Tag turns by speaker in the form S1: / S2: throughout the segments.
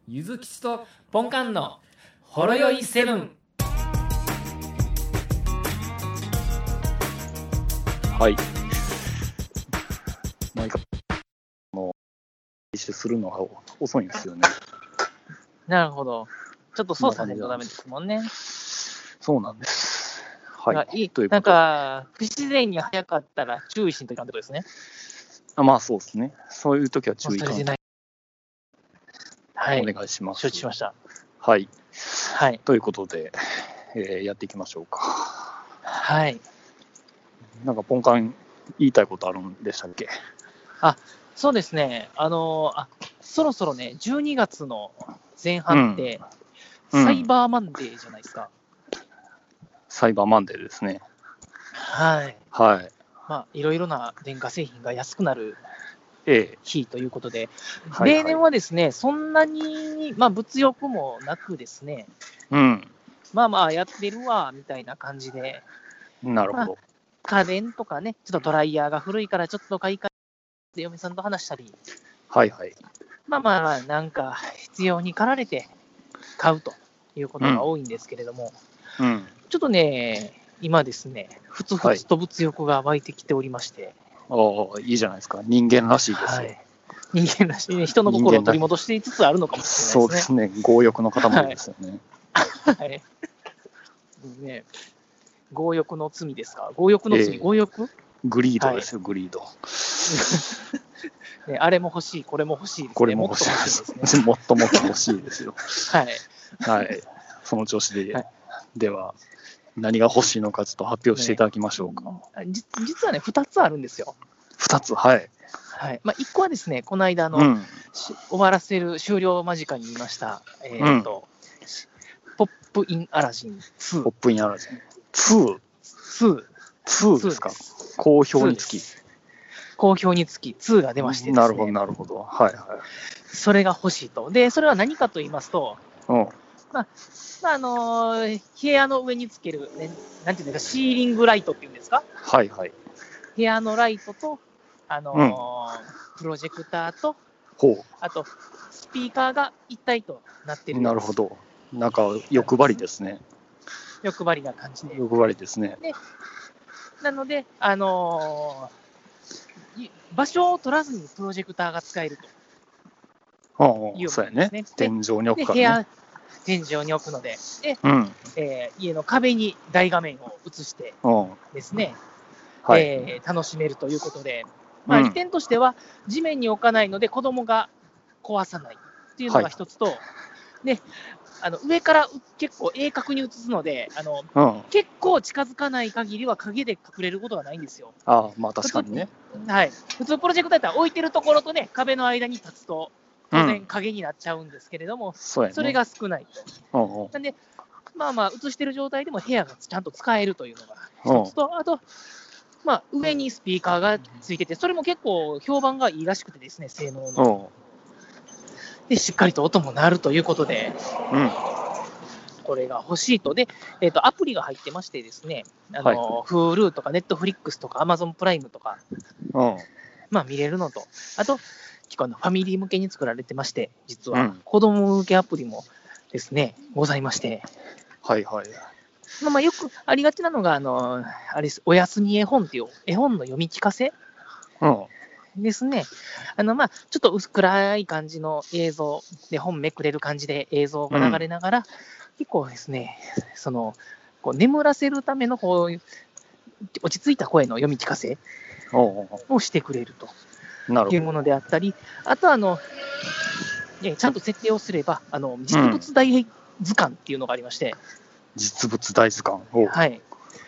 S1: ゆずきちとポンカンのほろよいセブン。
S2: はい。毎回練習するのが遅いんですよね。
S3: なるほど。ちょっと操作ないとダメですもんね。
S2: そうなんです。はい。という
S3: なん
S2: ことで、
S3: か、不自然に早かったら注意しんといかんってことですね。
S2: まあそうですね。そういう時は注意喚起
S3: 忘れてない。はい。
S2: お願いします。
S3: 承知しました。
S2: はい。
S3: はい。
S2: ということで、やっていきましょうか。
S3: はい。
S2: なんかポンカン言いたいことあるんでしたっけ？
S3: そうですね。そろそろね、12月の前半って、サイバーマンデーじゃないですか。
S2: サイバーマンデーですね。
S3: はい。
S2: はい。
S3: まあ、いろいろな電化製品が安くなる
S2: え
S3: 日ということで、
S2: はいはい
S3: 例年はですね、そんなに、物欲もなくですね、やってるわ、みたいな感じで、
S2: なるほど。
S3: 家電とかね、ちょっとドライヤーが古いからちょっと買い替えて嫁さんと話したり、
S2: はいはい。
S3: なんか必要に駆られて買うということが多いんですけれども、ちょっとね、今ですね、ふつふつと物欲が湧いてきておりまして、
S2: いいじゃないですか。人間らしいですよ。
S3: はい、人間らしいね、人の心を取り戻していつつあるのかもしれないですね。
S2: そうですね。強欲の塊ですよね。
S3: はいね、強欲の罪ですか？強欲の罪、強欲
S2: グリードですよ、グリード。
S3: ね、あれも欲しい、これも欲しいですね。
S2: これも欲しいですね。もっともっと欲しいですよ。
S3: はい。
S2: はい。その調子で、
S3: はい、
S2: では、何が欲しいのかちょっと発表していただきましょうか。
S3: 実はね、2つあるんですよ。
S2: 2つ、はい。
S3: はい。1個はですね、この間終わらせる終了間近に言いました、ポップインアラジン2。
S2: ポップインアラジン2。2ですか。好評につき。
S3: 好評につき2が出ましてですね。
S2: なるほど、なるほど。はいはい。
S3: それが欲しいと。で、それは何かと言いますと、部屋の上につける、ね、なんていうんですか、シーリングライトっていうんですか。
S2: はいはい。
S3: 部屋のライトと、プロジェクターと、あと、スピーカーが一体となっている。
S2: なるほど。なんか、欲張りですね。
S3: 欲張りな感じで。
S2: 欲張りですね。
S3: でなので、場所を取らずにプロジェクターが使えるという
S2: そうやね。天井に置くから、ね。
S3: 天井に置くので、家の壁に大画面を映してですね、楽しめるということで、利点としては、地面に置かないので子供が壊さないっていうのが一つと、で上から結構鋭角に映すので、結構近づかない限りは影で隠れることがないんですよ。
S2: 確かにね。
S3: はい。普通プロジェクターだったら置いてるところとね、壁の間に立つと、当然影になっちゃうんですけれども、それが少ないと。なんで、映してる状態でも部屋がちゃんと使えるというのが一つと、あと、上にスピーカーがついてて、それも結構評判がいいらしくてですね、性能の。で、しっかりと音も鳴るということで、これが欲しいと。で、アプリが入ってましてですね、Hulu とか Netflix とか Amazon プライムとか、見れるのと、あと、結構ファミリー向けに作られてまして、実は、子供向けアプリもですね、ございまして。
S2: はいはい。
S3: よくありがちなのが、おやすみ絵本っていう絵本の読み聞かせですね。ちょっと薄暗い感じの映像で、本めくれる感じで映像が流れながら、結構ですね、眠らせるための落ち着いた声の読み聞かせをしてくれるというものであったり、あとちゃんと設定をすれば、実物大図鑑っていうのがありまして。
S2: 実物大図鑑。
S3: はい。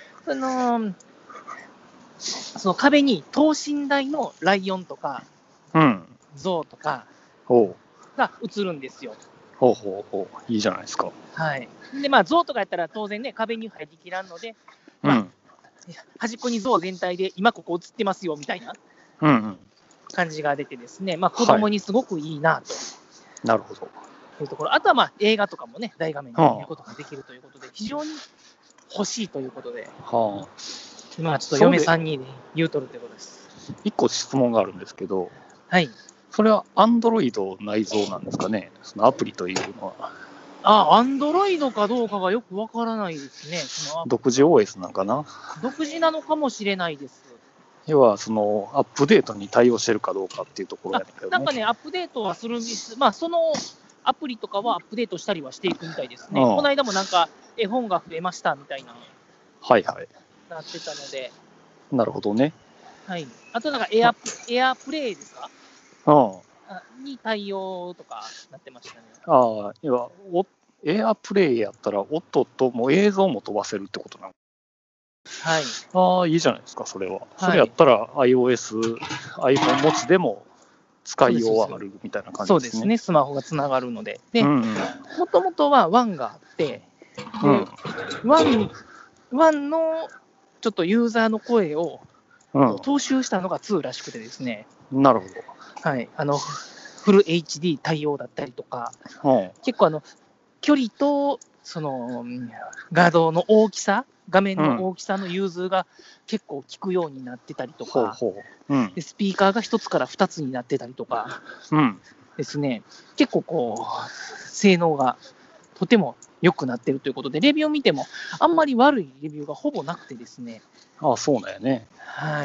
S3: その壁に等身大のライオンとか、ゾウとかが映るんですよ。
S2: いいじゃないですか。
S3: はい。で、ゾウとかやったら当然ね、壁に入りきらんので、端っこにゾウ全体で今ここ映ってますよみたいな感じが出てですね、子供にすごくいいなと。
S2: なるほど。
S3: いうところ。あとは映画とかもね、大画面で見ることができるということで、非常に欲しいということで、今ちょっと嫁さんに、言うとるということです。
S2: 一個質問があるんですけど、
S3: はい。
S2: それは Android 内蔵なんですかね、そのアプリというのは。
S3: アンドロイドかどうかがよくわからないですね。
S2: 独自 OS なんかな。
S3: 独自なのかもしれないです。
S2: 要は、そのアップデートに対応してるかどうかっていうところやけどね。
S3: なんかね、アップデートはするんです。まあ、そのアプリとかはアップデートしたりはしていくみたいですね。この間もなんか、絵本が増えましたみたいな、
S2: はいはい。
S3: なってたので。
S2: なるほどね。
S3: はい。あとなんかエアプレイですかに対応とかなってましたね。
S2: 要は、エアプレイやったら音とも映像も飛ばせるってことなの。
S3: はい。
S2: いいじゃないですか、それは。それやったら iOS、iPhone 持ちでも使いようはあるみたいな感じですね。
S3: そうですね、スマホがつながるので。で、もともとは1があって、1のちょっとユーザーの声を踏襲したのが2らしくてですね。
S2: なるほど。
S3: はい。フル HD 対応だったりとか、結構距離と、その、画像の大きさ、画面の大きさの融通が結構効くようになってたりとか、でスピーカーが1つから2つになってたりとかですね、結構こう、性能がとても良くなってるということで、レビューを見ても、あんまり悪いレビューがほぼなくてですね。
S2: そうだよね。
S3: はい。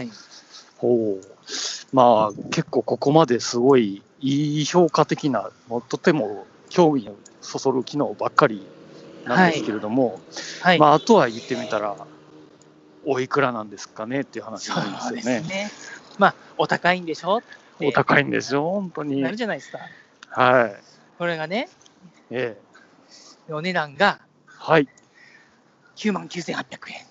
S2: まあ、結構ここまですごいいい評価的な、とても興味をそそる機能ばっかりなんですけれども、まあ、あとは言ってみたら、おいくらなんですかねっていう話なんですよね。
S3: そうですね。まあ、お高いんでしょ
S2: お高いんでしょ、本当に。
S3: なるじゃないですか。
S2: はい。
S3: これがね、お値段が、99,800円。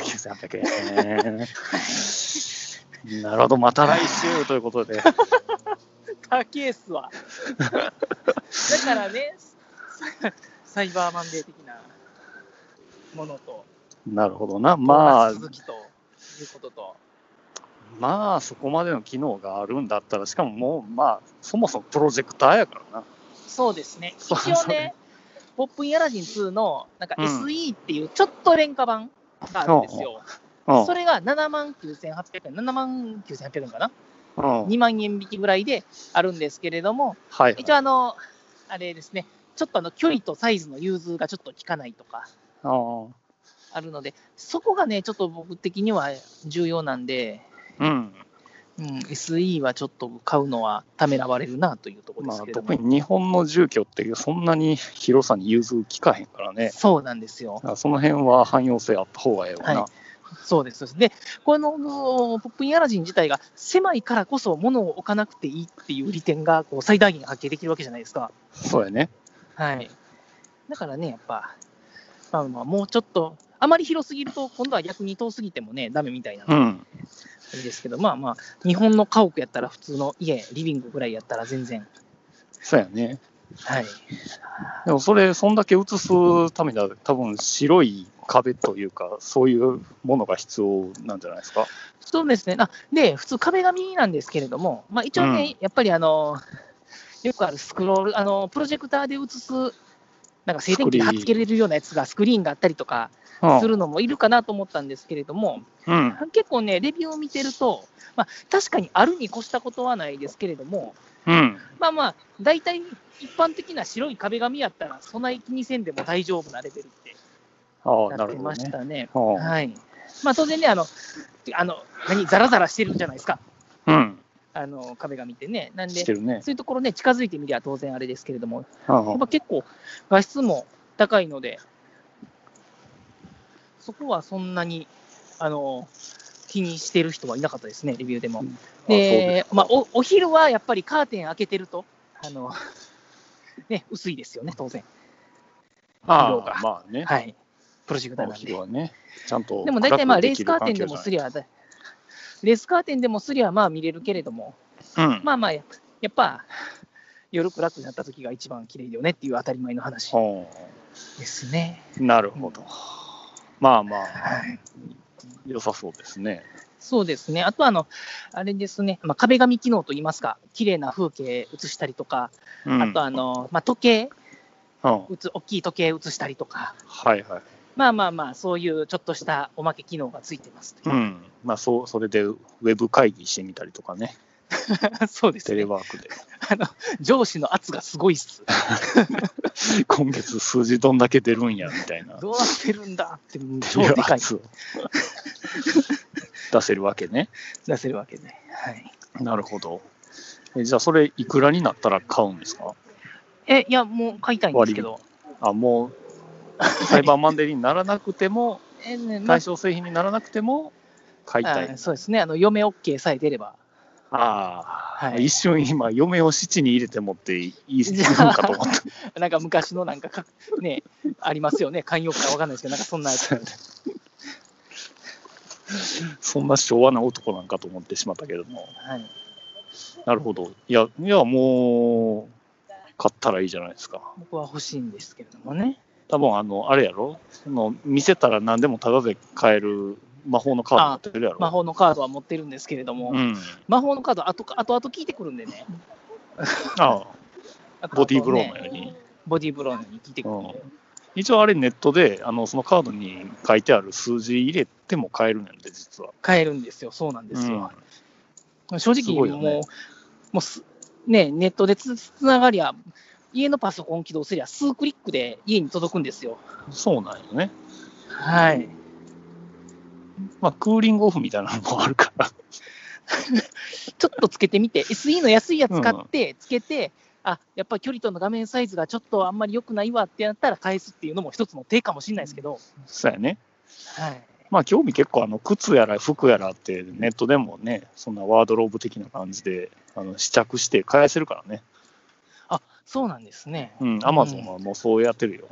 S2: 99,800円。なるほど、また来週ということで。
S3: 高いっすわ。だからね、サイバーマンデー的なものと、
S2: なるほどな、まあ、
S3: 続きということと。
S2: まあ、そこまでの機能があるんだったら、しかももう、まあ、そもそもプロジェクターやからな。
S3: そうですね。一応ね、ポップインアラジン2のなんか SE っていうちょっと廉価版があるんですよ。それが79,800円、79,800円かな。2万円引きぐらいであるんですけれども、一応あれですね、ちょっと距離とサイズの融通がちょっと効かないとかあるので、そこがね、ちょっと僕的には重要なんで、SE はちょっと買うのはためらわれるなというところですけども、
S2: 特に日本の住居っていうそんなに広さに融通効かへんからね。
S3: そうなんですよ。
S2: その辺は汎用性あった方がええわな。
S3: そうです。で、このポップインアラジン自体が狭いからこそ物を置かなくていいっていう利点がこう最大限発揮できるわけじゃないですか。
S2: そうやね。
S3: はい。だからね、やっぱ、まあもうちょっと、あまり広すぎると、今度は逆に遠すぎてもね、ダメみたいな。いいですけど、まあ、日本の家屋やったら普通の家、リビングぐらいやったら全然。
S2: そうやね。
S3: はい。
S2: でもそんだけ映すためには多分白い壁というか、そういうものが必要なんじゃないですか。
S3: そうですね。で、普通壁紙なんですけれども、まあ一応ね、やっぱりよくあるスクロール、プロジェクターで映す、なんか静電気で貼っつけれるようなやつが、スクリーンがあったりとかするのもいるかなと思ったんですけれども、結構ね、レビューを見てると、まあ確かにあるに越したことはないですけれども、大体一般的な白い壁紙やったら、備え気にせんでも大丈夫なレベルってなってましたね。はい。まあ当然ね、ザラザラしてるじゃないですか。壁紙ってね。なんで、そういうところね、近づいてみりゃ当然あれですけれども、やっぱ結構画質も高いので、そこはそんなに、気にしてる人はいなかったですね、レビューでも。で、お昼はやっぱりカーテン開けてると、ね、薄いですよね、当然。色が。
S2: まあね。
S3: はい。プロジェクターなんで。
S2: お昼はね、ちゃんと。
S3: でも大体レースカーテンでもすりゃ、見れるけれども、やっぱ、夜暗くなった時が一番綺麗よねっていう当たり前の話ですね。
S2: なるほど。良さそうですね。
S3: そうですね。あとあれですね、壁紙機能といいますか、綺麗な風景映したりとか、あと時計、大きい時計映したりとか、そういうちょっとしたおまけ機能がついてます。
S2: それでウェブ会議してみたりとかね。
S3: そうですね。
S2: テレワークで。
S3: 上司の圧がすごいっす。
S2: 今月数字どんだけ出るんや、みたいな。
S3: どうなってるんだって、超でかい。
S2: 出せるわけね。
S3: 出せるわけね。はい。
S2: なるほど。じゃあ、それ、いくらになったら買うんですか？
S3: いや、もう買いたいんですけど。
S2: もう、サイバーマンデーにならなくても、対象製品にならなくても、買いたい。
S3: そうですね。嫁 OK さえ出れば。
S2: はい、一瞬今、嫁を質に入れてもっていいのかと思った。
S3: なんか昔のね、ありますよね。慣用句かわかんないですけど、なんかそんなやつ。
S2: そんな昭和な男なんかと思ってしまったけども。
S3: はい。
S2: なるほど。いや、もう、買ったらいいじゃないですか。
S3: 僕は欲しいんですけれどもね。
S2: 多分、あれやろ？見せたら何でもタダで買える魔法のカード持ってるやろ？
S3: 魔法のカードは持ってるんですけれども、魔法のカード後々聞いてくるんでね。
S2: ボディーブローのように。
S3: ボディーブローのように聞いてくるんで。
S2: 一応あれネットでそのカードに書いてある数字入れても買えるんで、実は。
S3: 買えるんですよ。そうなんですよ。正直、もうね、ネットでつながりゃ、家のパソコン起動すりゃ数クリックで家に届くんですよ。
S2: そうなんよね。
S3: はい。
S2: クーリングオフみたいなのもあるから。
S3: ちょっとつけてみて、SE の安いやつ買って、つけて、やっぱり距離との画面サイズがちょっとあんまり良くないわってなったら返すっていうのも一つの手かもしれないですけど。
S2: そうやね。
S3: はい。
S2: 興味結構靴やら服やらってネットでもね、そんなワードローブ的な感じで試着して返せるからね。
S3: そうなんですね。
S2: アマゾンはもうそうやってるよ。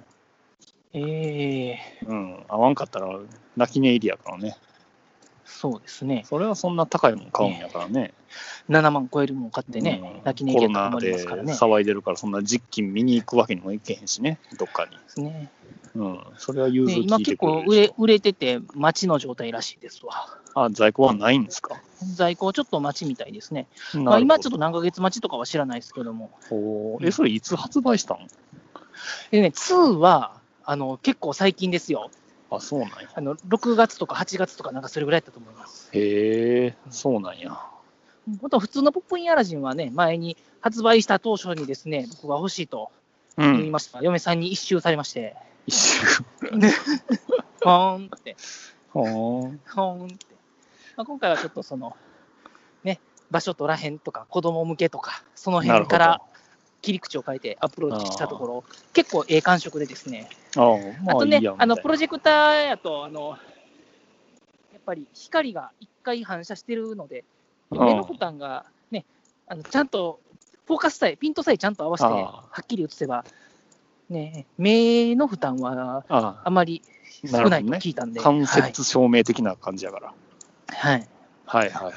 S2: 合わんかったら泣き寝入りやからね。
S3: そうですね。
S2: それはそんな高いもん買うんやからね。
S3: 7万超えるもん買ってね、泣き寝入りやったら困りますからね。
S2: コロナで騒いでるから、そんな実機見に行くわけにもいけへんしね、どっかに。
S3: ですね。
S2: それは融通聞いてくれる。
S3: 今結構売れてて、待ちの状態らしいですわ。
S2: 在庫はないんですか？
S3: 在庫ちょっと待ちみたいですね。今ちょっと何ヶ月待ちとかは知らないですけども。
S2: それいつ発売したん？
S3: 2は結構最近ですよ。
S2: そうなんや。
S3: 6月とか8月とかなんかそれぐらいだったと思います。
S2: へえ、そうなんや。
S3: 本当普通のポップインアラジンはね、前に発売した当初にですね、僕が欲しいと言いました。嫁さんに一周されまして。
S2: 一周
S3: ほーんって。
S2: ほーん
S3: って。今回はちょっとね、場所取らへんとか、子供向けとか、その辺から切り口を変えてアプローチしたところ、結構感触でですね。あとね、プロジェクターやと、やっぱり光が1回反射してるので、目の負担がね、ちゃんとフォーカスさえ、ピントさえちゃんと合わせて、はっきり映せば、ね、目の負担はあまり少ないと聞いたんで。
S2: 間接照明的な感じやから。
S3: はい。
S2: はいはいはい。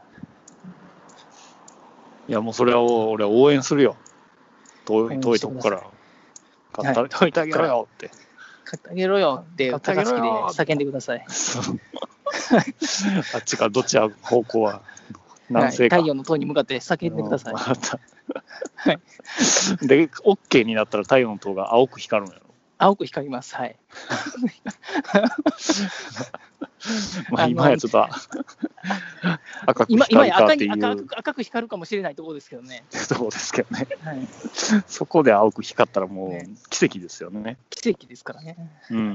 S2: いや、もうそれは俺は応援するよ。遠いとこから。買ってあげろよって。
S3: 買ってあげろよって、高槻で叫んでください。
S2: あっちからどっち方向は南西か。
S3: 太陽の塔に向かって叫んでください。
S2: で、OK になったら太陽の塔が青く光るのやろ。
S3: 青く光ります。はい。
S2: 今やちょっと赤く光るかっていう。
S3: 赤く光るかもしれないところですけどね。
S2: そうですけどね。そこで青く光ったらもう奇跡ですよね。
S3: 奇跡ですからね。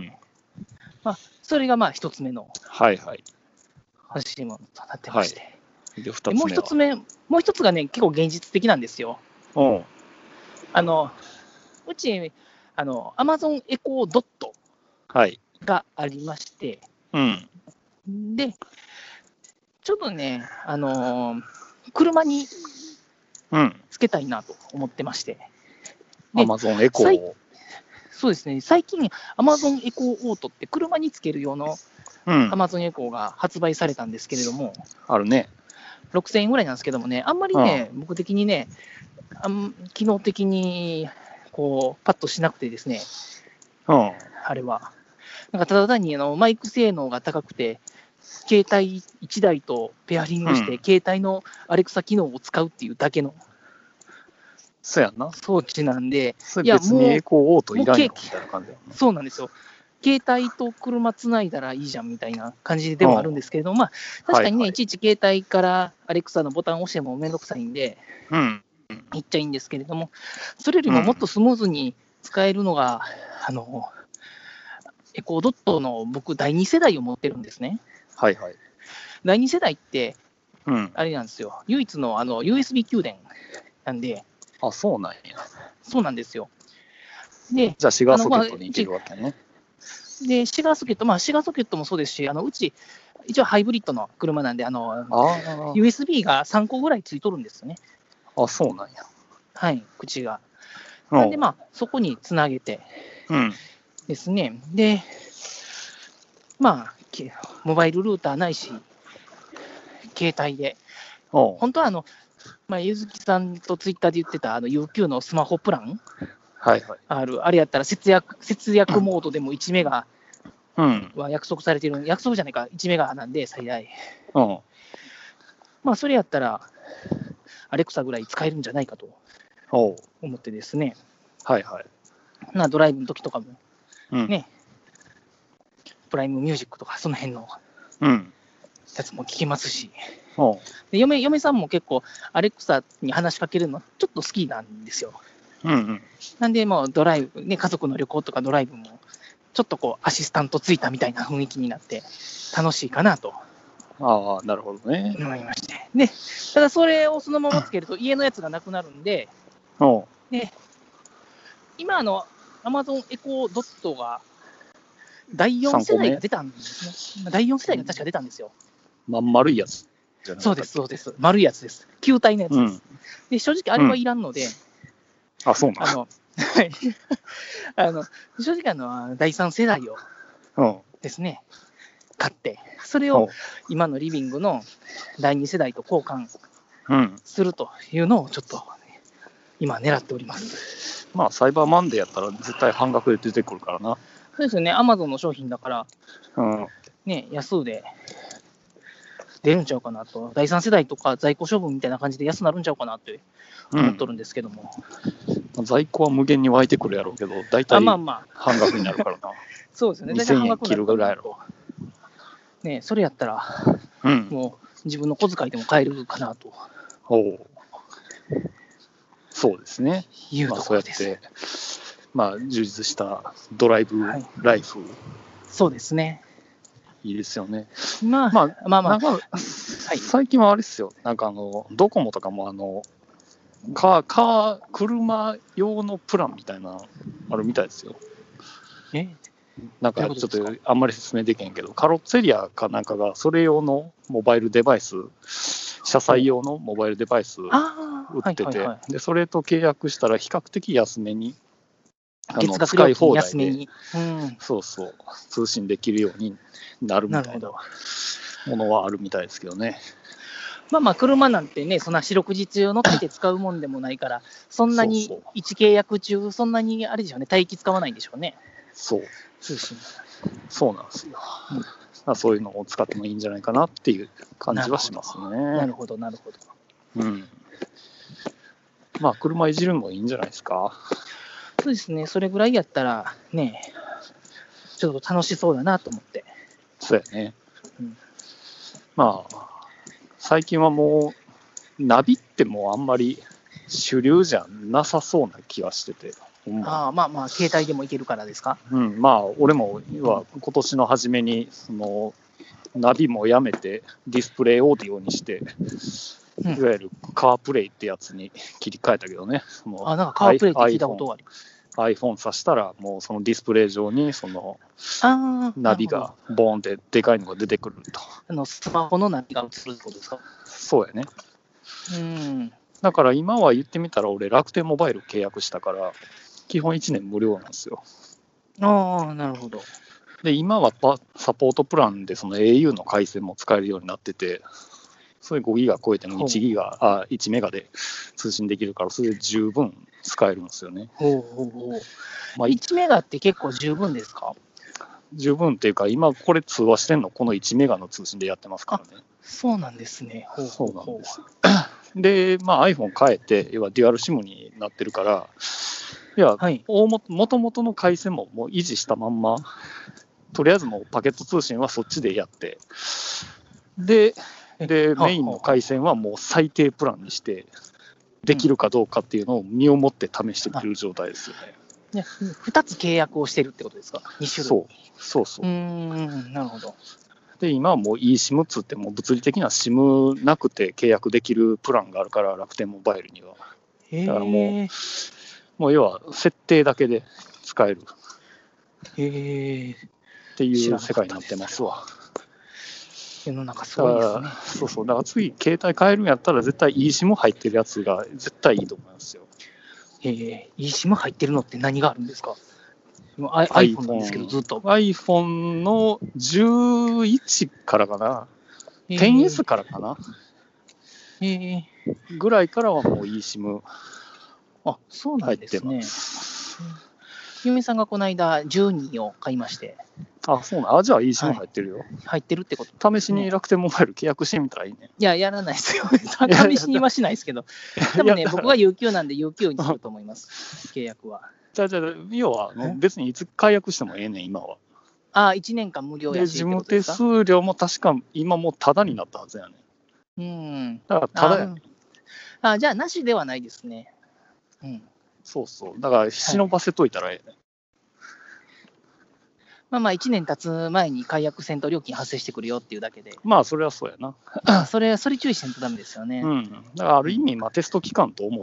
S3: それが一つ目の欲しいものとなってまして。もう一つがね、結構現実的なんですよ。うち、Amazon エコードットがありまして、で、ちょっとね、車につけたいなと思ってまして。
S2: Amazon エコー。
S3: そうですね、最近、Amazon エコーオートって車につける用の Amazon エコーが発売されたんですけれども、
S2: あるね。
S3: 6000円ぐらいなんですけどもね、あんまりね、僕的にね、機能的にパッとしなくてですね、あれは。なんかただ単にマイク性能が高くて、携帯1台とペアリングして、携帯のアレクサ機能を使うっていうだけの
S2: そうやんな
S3: 装置なんで、
S2: いや別にエコーオートいらんよみたいな感じやな。
S3: そうなんですよ。 携帯と車つないだらいいじゃんみたいな感じでもあるんですけれども、まあ、確かにね、いちいち携帯からアレクサのボタンを押してもめんどくさいんで、いっちゃいいんですけれども、それよりももっとスムーズに使えるのが、エコードットの僕、第2世代を持ってるんですね。
S2: はいはい。
S3: 第2世代って、あれなんですよ、唯一のUSB 給電なんで。
S2: あ、そうなんや。
S3: そうなんですよ。で、
S2: じゃあ、シガーソケットにいけるわけね。
S3: で、シガーソケット、シガーソケットもそうですし、うち、一応ハイブリッドの車なんで、USB が3個ぐらいついとるんですよね。
S2: あ、そうなんや。
S3: はい、口が。なんで、そこにつなげてですね。で、モバイルルーターないし、携帯で。本当はゆずきさんとツイッターで言ってたUQ のスマホプラン、
S2: はいはい、
S3: あれやったら節約モードでも1メガは約束されてる、約束じゃないか、1メガなんで最大。それやったら、アレクサぐらい使えるんじゃないかと思ってですね。
S2: はいはい。
S3: ドライブの時とかも、ね、プライムミュージックとか、その辺のやつも聞けますし。で嫁さんも結構、アレクサに話しかけるのちょっと好きなんですよ。なんで、ドライブ、ね、家族の旅行とかドライブも、ちょっとアシスタントついたみたいな雰囲気になって、楽しいかなと。
S2: ああ、なるほどね。
S3: 思いまして。で、ただそれをそのままつけると、家のやつがなくなるんで、で今、Amazon エコードットが、第4世代が出たんですね。第4世代が確か出たんですよ。
S2: 丸いやつ。
S3: そうです、そうです。丸いやつです。球体のやつです。で、正直あれはいらんので、
S2: あ、そうなの。
S3: はい。正直第3世代をですね、買って、それを今のリビングの第2世代と交換するというのをちょっと、今狙っております。
S2: サイバーマンデーやったら絶対半額で出てくるからな。
S3: そうですよね、Amazon の商品だから、ね、安売で出るんちゃうかなと、第3世代とか在庫処分みたいな感じで安くなるんちゃうかなって思っとるんですけども。
S2: 在庫は無限に湧いてくるやろうけど、大体半額になるからな。
S3: そうですよね、
S2: 2000円切るぐらいやろ。
S3: ね、それやったら、もう自分の小遣いでも買えるかなと。
S2: そうですね。そうやって、充実したドライブライフ。
S3: そうですね。
S2: いいですよね。
S3: 最
S2: 近はあれですよ。ドコモとかも車用のプランみたいなあるみたいですよ。ちょっとあんまり説明できへんけど、カロッツェリアかなんかがそれ用のモバイルデバイス、車載用のモバイルデバイス売ってて、でそれと契約したら比較的安めに使い放題で、そうそう、通信できるようになるみたいなものはあるみたいですけどね。
S3: 車なんてね、そんな四六時中乗ってて使うもんでもないから、そんなに1契約中、そんなにあれでしょうね、帯域使わないんでしょうね。
S2: そうなんですよ。そういうのを使ってもいいんじゃないかなっていう感じはしますね。
S3: なるほど。
S2: 車いじるのもいいんじゃないですか。
S3: そうですね、それぐらいやったらね、ちょっと楽しそうだなと思って。
S2: そうやね。最近はもう、ナビってもうあんまり主流じゃなさそうな気はしてて。
S3: 携帯でもいけるからですか。
S2: 俺も今年の初めにナビもやめてディスプレイオーディオにして、いわゆるカープレイってやつに切り替えたけどね。
S3: なんかカープレイって聞いたことがある。
S2: iPhone 挿したら、もうそのディスプレイ上にナビがボーンってでかいのが出てくると。
S3: スマホのナビが映るってことですか。
S2: そうやね。だから今は言ってみたら、俺、楽天モバイル契約したから、基本1年無料なんですよ。
S3: なるほど。
S2: で、今はサポートプランでau の回線も使えるようになってて、それ5ギガ超えても1メガで通信できるから、それで十分使えるんですよね。
S3: 1メガって結構十分ですか？
S2: 十分っていうか、今これ通話してんの、この1メガの通信でやってますからね。
S3: そうなんですね。
S2: そうなんです。で、iPhone 変えて、要はデュアルシムになってるから、 いや、はい、もともとの回線ももう維持したまんま、とりあえずもうパケット通信はそっちでやって、でメインの回線はもう最低プランにして、できるかどうかっていうのを身をもって試してみる状態ですよね。
S3: 2つ契約をしてるってことですか、2種類。
S2: そう。
S3: なるほど。
S2: で、今はもう eSIM っつっても物理的な SIM なくて契約できるプランがあるから、楽天モバイルには。だからもう要は設定だけで使えるっていう世界になってますわ。
S3: 世の中すごいですね。
S2: そう。だから次、携帯変えるんやったら絶対 eSIM 入ってるやつが絶対いいと思いますよ。
S3: eSIM 入ってるのって何があるんですか？iPhone なんですけど、ずっと。
S2: iPhone の11からかな、10S からかな、ぐらいからはもう eSIM
S3: そうなんですね。嫁さんがこの間12を買いまして。
S2: そうなん。じゃあ eSIM 入ってるよ。
S3: 入ってるってこと、
S2: 試しに楽天モバイル契約してみたらいいね。
S3: いや、やらないですよ。試しにはしないですけど。多分ね、僕が UQ なんで UQ にすると思います、契約は。
S2: じゃあ、要は別にいつ解約してもええねん、今は。
S3: 1年間無料やし。
S2: 事務手数料も確か今もうタダになったはずやねん。だからタダやね
S3: ん。じゃあ、なしではないですね。
S2: そう。だから、忍ばせといたらええね。
S3: 1年経つ前に解約せんと料金発生してくるよっていうだけで。
S2: それはそうや
S3: な。それ注意せんとダメですよね。
S2: だから、ある意味、テスト期間と思って、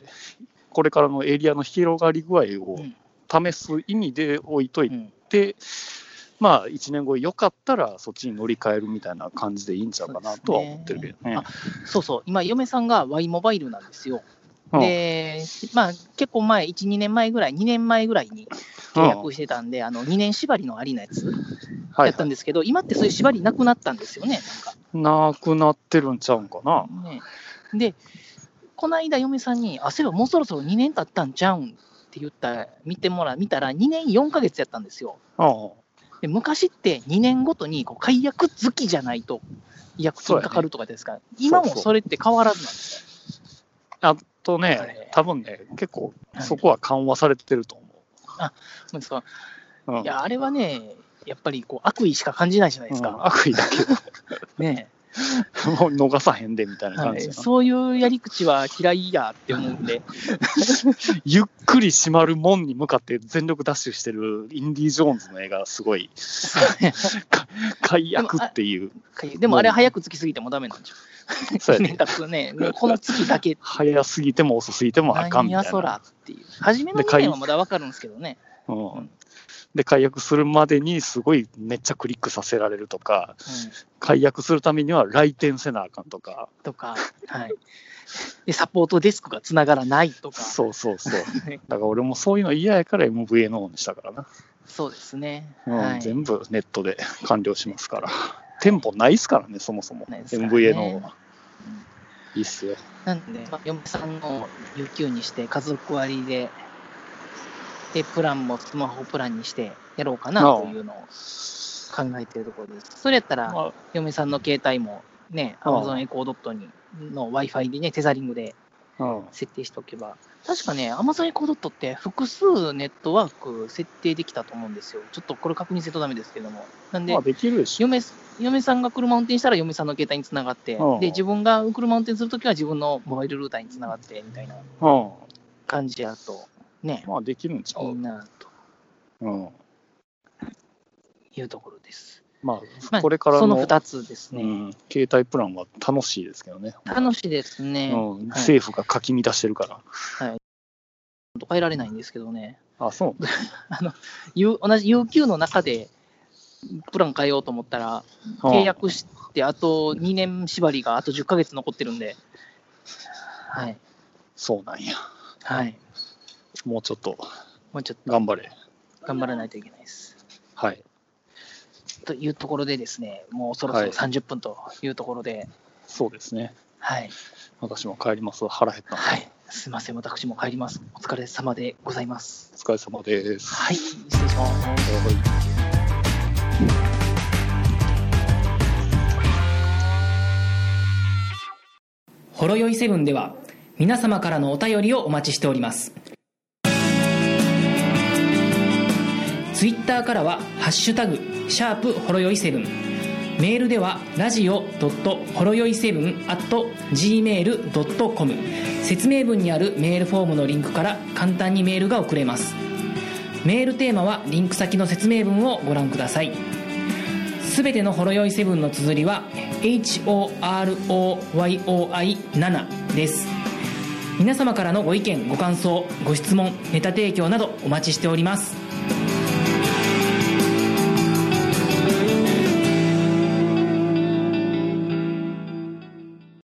S2: これからのエリアの広がり具合を試す意味で置いといて、1年後よかったらそっちに乗り換えるみたいな感じでいいんちゃうかなとは思ってるけどね。
S3: そう。今、嫁さんが Y モバイルなんですよ。で、結構前、1、2年前ぐらいに契約してたんで、2年縛りのありなやつやったんですけど、今ってそういう縛りなくなったんですよね、
S2: なくなってるんちゃうんかな。
S3: で、この間、嫁さんに、そういえばもうそろそろ2年経ったんちゃうんって言ったら、見たら2年4ヶ月やったんですよ。で昔って2年ごとに解約月じゃないと違約金かかるとかですか、今もそれって変わらずなんです
S2: か？多分ね、結構そこは緩和されてると思う。
S3: そうですか。いや、あれはね、やっぱり悪意しか感じないじゃないですか。
S2: 悪意だけど。
S3: ね
S2: もう逃さへんでみたいな感じ、
S3: そういうやり口は嫌いやって思うんで。
S2: ゆっくり閉まる門に向かって全力ダッシュしてるインディ・ジョーンズの映画すごい解約っていう。
S3: でもあれ早くつきすぎてもダメなんじゃん。そうやね。もうこの月だけ。
S2: 早すぎても遅すぎてもあかんみたいな。
S3: 何やそらっていう。初めの2年はまだ分かるんですけどね。
S2: で解約するまでにすごいめっちゃクリックさせられるとか、解約するためには来店せなあかんとか。
S3: でサポートデスクがつながらないとか。
S2: そう。だから俺もそういうの嫌やから MVA の方にしたからな。
S3: そうですね。
S2: 全部ネットで完了しますから。店舗ないっすからね、そもそも。MVA の方は。いいっすよ。
S3: なんで、嫁さんの UQ にして家族割で、プランもスマホプランにしてやろうかなというのを考えているところです。それやったら、嫁さんの携帯もね、Amazon エコードットの Wi-Fi でね、テザリングで設定しておけば、確かね、Amazon エコードットって複数ネットワーク設定できたと思うんですよ。ちょっとこれ確認せんとダメですけども。なんで、
S2: できるでしょ。
S3: 嫁さんが車運転したら嫁さんの携帯につながって、で、自分が車運転するときは自分のモバイルルーターにつながってみたいな感じやと。ね、
S2: できるんちゃう？
S3: いいなと、いうところです。
S2: これからの
S3: その2つですね、
S2: 携帯プランは楽しいですけどね。
S3: 楽しいですね。
S2: 政府がかき乱してるから。
S3: 変えられないんですけどね。
S2: そう。
S3: 同じ UQ の中でプラン変えようと思ったら、契約してあと2年縛りがあと10ヶ月残ってるんで。
S2: そうなんや。もうちょっと頑張ら
S3: ないといけないです。
S2: と
S3: いうところでですね、もうそろそろ30分というところで。
S2: そうですね。私も帰ります。腹減ったので。
S3: すみません、私も帰ります。お疲れ様でございます。
S2: お疲れ様です。
S3: 失礼します。
S1: ほろよい7では皆様からのお便りをお待ちしております。 ツイッターからはハッシュタグ#ほろよい7、メールではラジオほろよい7 @gmail.com、 説明文にあるメールフォームのリンクから簡単にメールが送れます。メールテーマはリンク先の説明文をご覧ください。すべてのほろよい7の綴りは HOROYOI7 です。皆様からのご意見ご感想ご質問ネタ提供などお待ちしております。